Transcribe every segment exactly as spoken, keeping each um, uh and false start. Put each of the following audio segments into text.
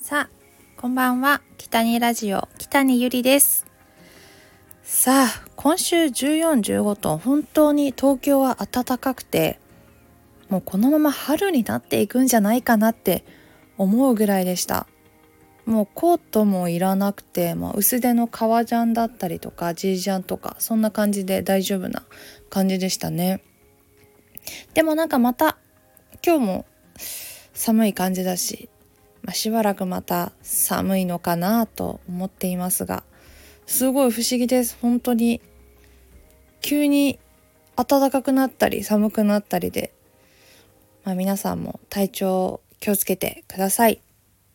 さあこんばんは。北にラジオ北にゆりです。さあ今週じゅうよん、じゅうごと本当に東京は暖かくて、もうこのまま春になっていくんじゃないかなって思うぐらいでした。もうコートもいらなくて、まあ、薄手の革ジャンだったりとかジージャンとかそんな感じで大丈夫な感じでしたね。でもなんかまた今日も寒い感じだし、まあ、しばらくまた寒いのかなと思っていますが、すごい不思議です。本当に急に暖かくなったり寒くなったりで、まあ、皆さんも体調気をつけてください。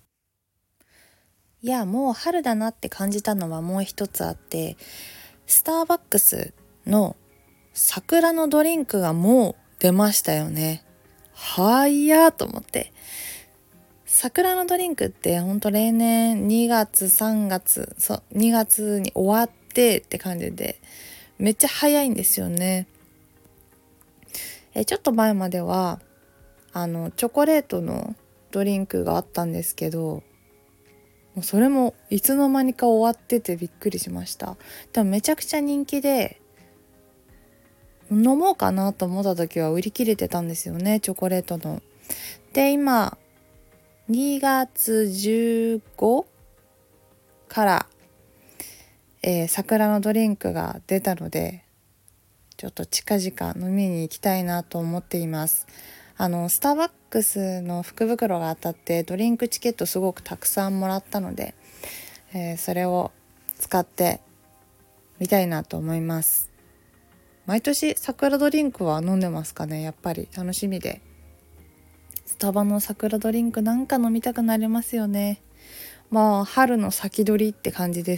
いやもう春だなって感じたのはもう一つあって、スターバックスの桜のドリンクがもう出ましたよね。はやーと思って、桜のドリンクってほんと例年にがつさんがつそうにがつに終わってって感じでめっちゃ早いんですよね。えちょっと前まではあのチョコレートのドリンクがあったんですけど、もうそれもいつの間にか終わっててびっくりしました。でもめちゃくちゃ人気で飲もうかなと思った時は売り切れてたんですよね、チョコレートの。で今にがつじゅうごから、えー、桜のドリンクが出たので、ちょっと近々飲みに行きたいなと思っています。あのスターバックスの福袋が当たってドリンクチケットすごくたくさんもらったので、えー、それを使ってみたいなと思います。毎年桜ドリンクは飲んでますかね。やっぱり楽しみで、スタバの桜ドリンクなんか飲みたくなりますよね。まあ春の先取りって感じです。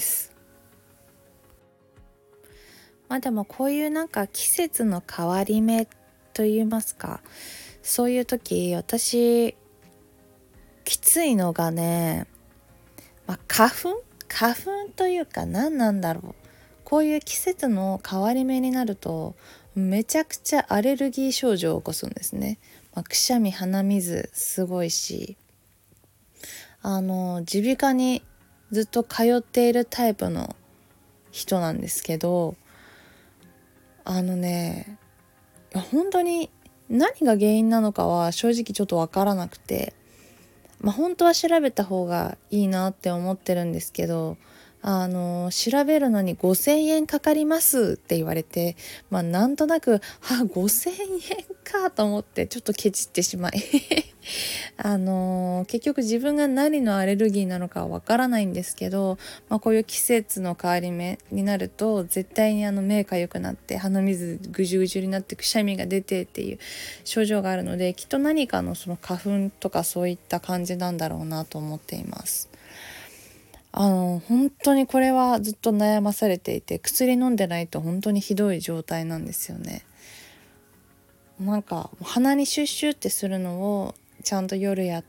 まあでもこういうなんか季節の変わり目といいますか、そういう時私きついのがね、まあ、花粉花粉というか何なんだろう、こういう季節の変わり目になるとめちゃくちゃアレルギー症状を起こすんですね。まあ、くしゃみ鼻水すごいし、あの耳鼻科にずっと通っているタイプの人なんですけど、あのね本当に何が原因なのかは正直ちょっとわからなくて、まあ、本当は調べた方がいいなって思ってるんですけど、あの調べるのにごせんえんかかりますって言われて、まあなんとなくはごせんえんかと思ってちょっとケチってしまいあの結局自分が何のアレルギーなのかはわからないんですけど、まあ、こういう季節の変わり目になると絶対にあの目かゆくなって鼻水ぐじゅぐじゅになってくしゃみが出てっていう症状があるので、きっと何かのその花粉とかそういった感じなんだろうなと思っています。あの本当にこれはずっと悩まされていて、薬飲んでないと本当にひどい状態なんですよね。なんか鼻にシュッシュってするのをちゃんと夜やって、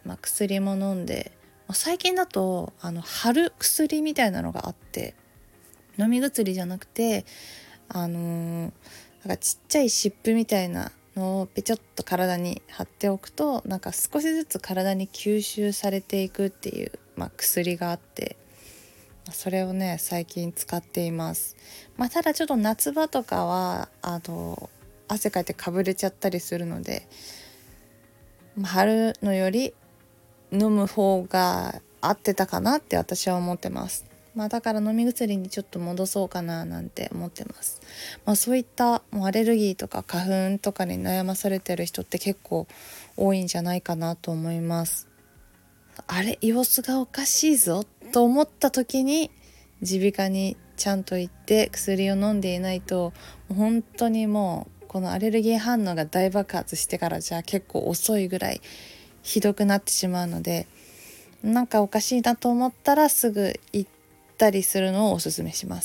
まあ、薬も飲んで、まあ、最近だとあの貼る薬みたいなのがあって、飲み薬じゃなくてあのー、なんかちっちゃい湿布みたいなのをペチョッと体に貼っておくと、なんか少しずつ体に吸収されていくっていう、まあ、薬があって、それをね最近使っています。まあ、ただちょっと夏場とかはあの汗かいてかぶれちゃったりするので、まあ、貼るのより飲む方が合ってたかなって私は思ってます。まあ、だから飲み薬にちょっと戻そうかななんて思ってます。まあ、そういったもうアレルギーとか花粉とかに悩まされてる人って結構多いんじゃないかなと思います。あれ様子がおかしいぞと思った時に耳鼻科にちゃんと行って薬を飲んでいないと、本当にもうこのアレルギー反応が大爆発してからじゃ結構遅いぐらいひどくなってしまうので、なんかおかしいなと思ったらすぐ行ったりするのをおすすめします。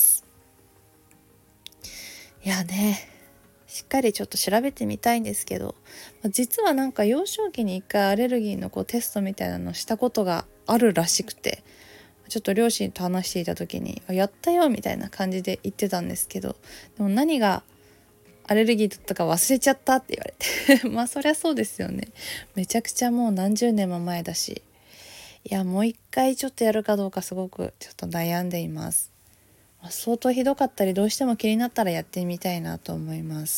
いやね、しっかりちょっと調べてみたいんですけど、実はなんか幼少期に一回アレルギーのこうテストみたいなのをしたことがあるらしくて、ちょっと両親と話していた時にやったよみたいな感じで言ってたんですけど、でも何がアレルギーだったか忘れちゃったって言われてまあそりゃそうですよね。めちゃくちゃもう何十年も前だし、 いやもう一回ちょっとやるかどうかすごくちょっと悩んでいます。相当ひどかったりどうしても気になったらやってみたいなと思います。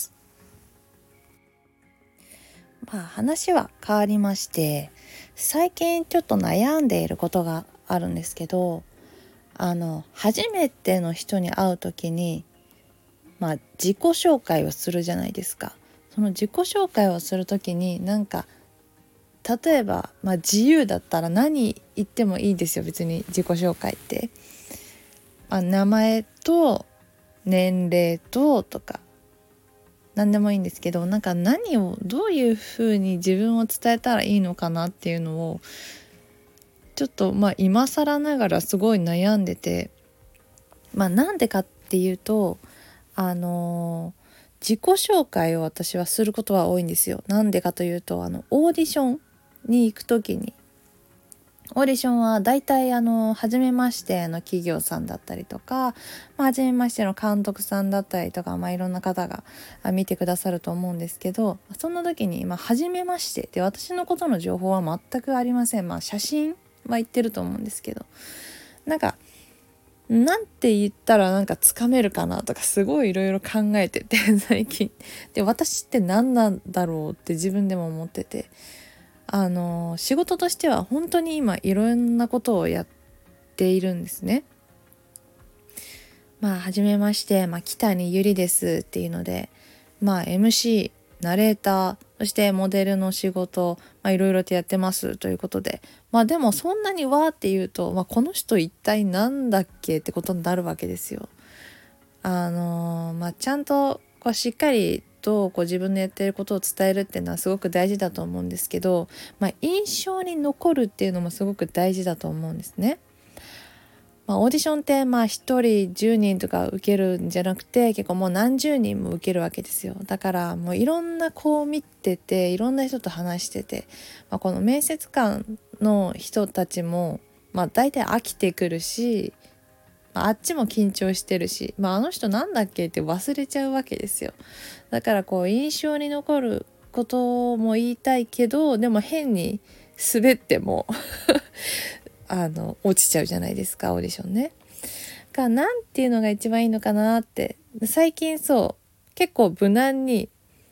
まあ話は変わりまして、最近ちょっと悩んでいることがあるんですけど、あの初めての人に会う時に、まあ自己紹介をするじゃないですか。その自己紹介をする時になんか例えば、まあ、自由だったら何言ってもいいですよ、別に自己紹介って。あ、名前と年齢ととか何でもいいんですけど、なんか何をどういうふうに自分を伝えたらいいのかなっていうのをちょっとまあ今更ながらすごい悩んでて、まあなんでかっていうと、あのー自己紹介を私はすることは多いんですよ。なんでかというと、あのオーディションに行くときに、オーディションは大体あの初めましての企業さんだったりとか、まあ、初めましての監督さんだったりとか、まあ、いろんな方が見てくださると思うんですけど、そんな時に、まあ、初めましてで私のことの情報は全くありません。まあ、写真は言ってると思うんですけど、なんかなんて言ったらなんかつかめるかなとかすごいいろいろ考えてて最近で、私って何なんだろうって自分でも思ってて、あの仕事としては本当に今いろんなことをやっているんですね。まあ初めまして、まあ、北にゆりですっていうので、まあ エムシー、ナレーター、そしてモデルの仕事、まあいろいろとやってますということで、まあでもそんなにわーって言うと、まあ、この人一体なんだっけってことになるわけですよ。あのまあちゃんとこうしっかりとこう自分のやってることを伝えるっていうのはすごく大事だと思うんですけど、まあ、印象に残るっていうのもすごく大事だと思うんですね。まあ、オーディションってまあひとりじゅうにんとか受けるんじゃなくて、結構もう何十人も受けるわけですよ。だからもういろんな子を見てて、いろんな人と話してて、まあ、この面接官の人たちもまあ大体飽きてくるし、まあ、あっちも緊張してるし、まあ、あの人なんだっけって忘れちゃうわけですよ。だからこう印象に残ることも言いたいけど、でも変に滑ってもあの落ちちゃうじゃないですか、オーディションね。がなんていうのが一番いいのかなって、最近そう結構無難に、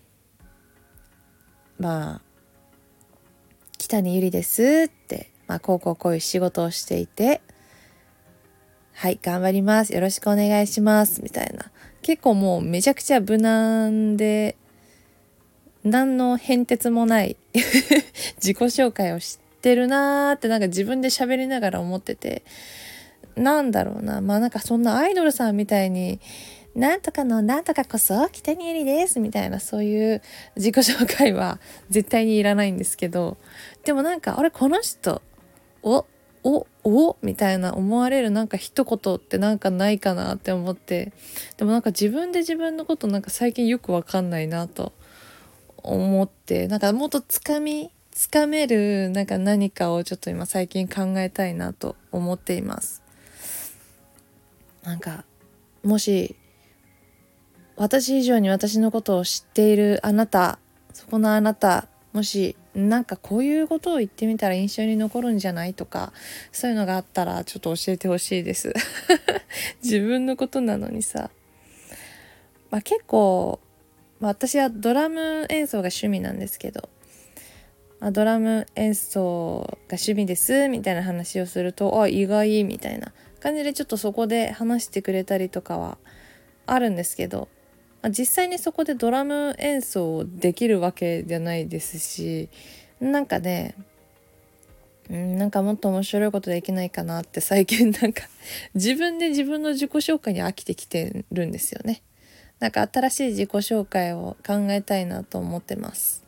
まあ北にゆりですって、まあ、こうこうこういう仕事をしていて、はい頑張りますよろしくお願いしますみたいな、結構もうめちゃくちゃ無難で何の変哲もない自己紹介をしてるなーって、なんか自分で喋りながら思ってて、なんだろうな、まあなんかそんなアイドルさんみたいになんとかのなんとかこそ北にゆりですみたいな、そういう自己紹介は絶対にいらないんですけど、でもなんかあれこの人おおおみたいな思われるなんか一言ってなんかないかなって思って、でもなんか自分で自分のことなんか最近よくわかんないなと思って、なんかもっとつかみつかめるなんか何かをちょっと今最近考えたいなと思っています。なんかもし私以上に私のことを知っているあなた、そこのあなた、もしなんかこういうことを言ってみたら印象に残るんじゃないとか、そういうのがあったらちょっと教えてほしいです自分のことなのにさ、まあ、結構、まあ、私はドラム演奏が趣味なんですけど、まあ、ドラム演奏が趣味ですみたいな話をすると、あ意外みたいな感じでちょっとそこで話してくれたりとかはあるんですけど、まあ、実際にそこでドラム演奏できるわけじゃないですし、なんかね、うんなんかもっと面白いことできないかなって最近なんか自分で自分の自己紹介に飽きてきてるんですよね。なんか新しい自己紹介を考えたいなと思ってます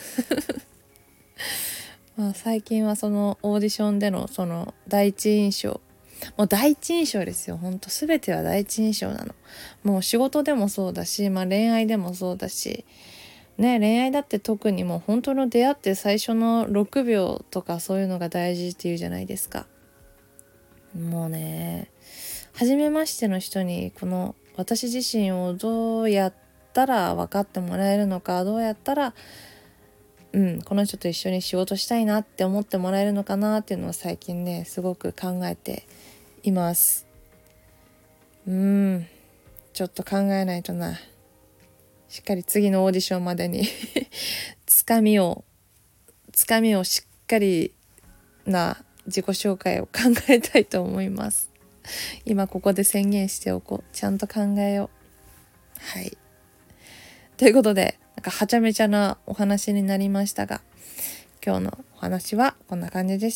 まあ最近はそのオーディションでのその第一印象、もう第一印象ですよ。ほんと全ては第一印象なの。もう仕事でもそうだし、まあ、恋愛でもそうだしね、恋愛だって特にもう本当の出会って最初のろくびょうとかそういうのが大事っていうじゃないですか。もうね、初めましての人にこの私自身をどうやったら分かってもらえるのか、どうやったらうん、この人と一緒に仕事したいなって思ってもらえるのかなっていうのを最近ねすごく考えています。うーんちょっと考えないとな。しっかり次のオーディションまでにつかみをつかみをしっかりな自己紹介を考えたいと思います。今ここで宣言しておこう。ちゃんと考えよう。はい。ということで、なんかはちゃめちゃなお話になりましたが、今日のお話はこんな感じでした。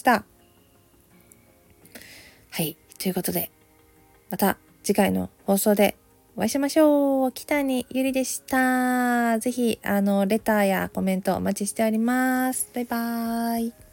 はい。ということで、また次回の放送でお会いしましょう。北にゆりでした。ぜひ、あの、レターやコメントお待ちしております。バイバーイ。